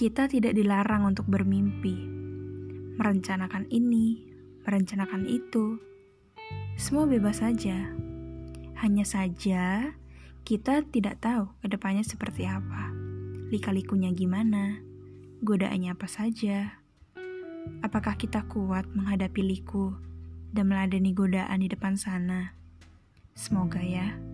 Kita tidak dilarang untuk bermimpi, merencanakan ini, merencanakan itu. Semua bebas saja. Hanya saja, kita tidak tahu ke depannya seperti apa. Lika-likunya gimana? Godaannya apa saja? Apakah kita kuat menghadapi liku dan meladeni godaan di depan sana? Semoga ya.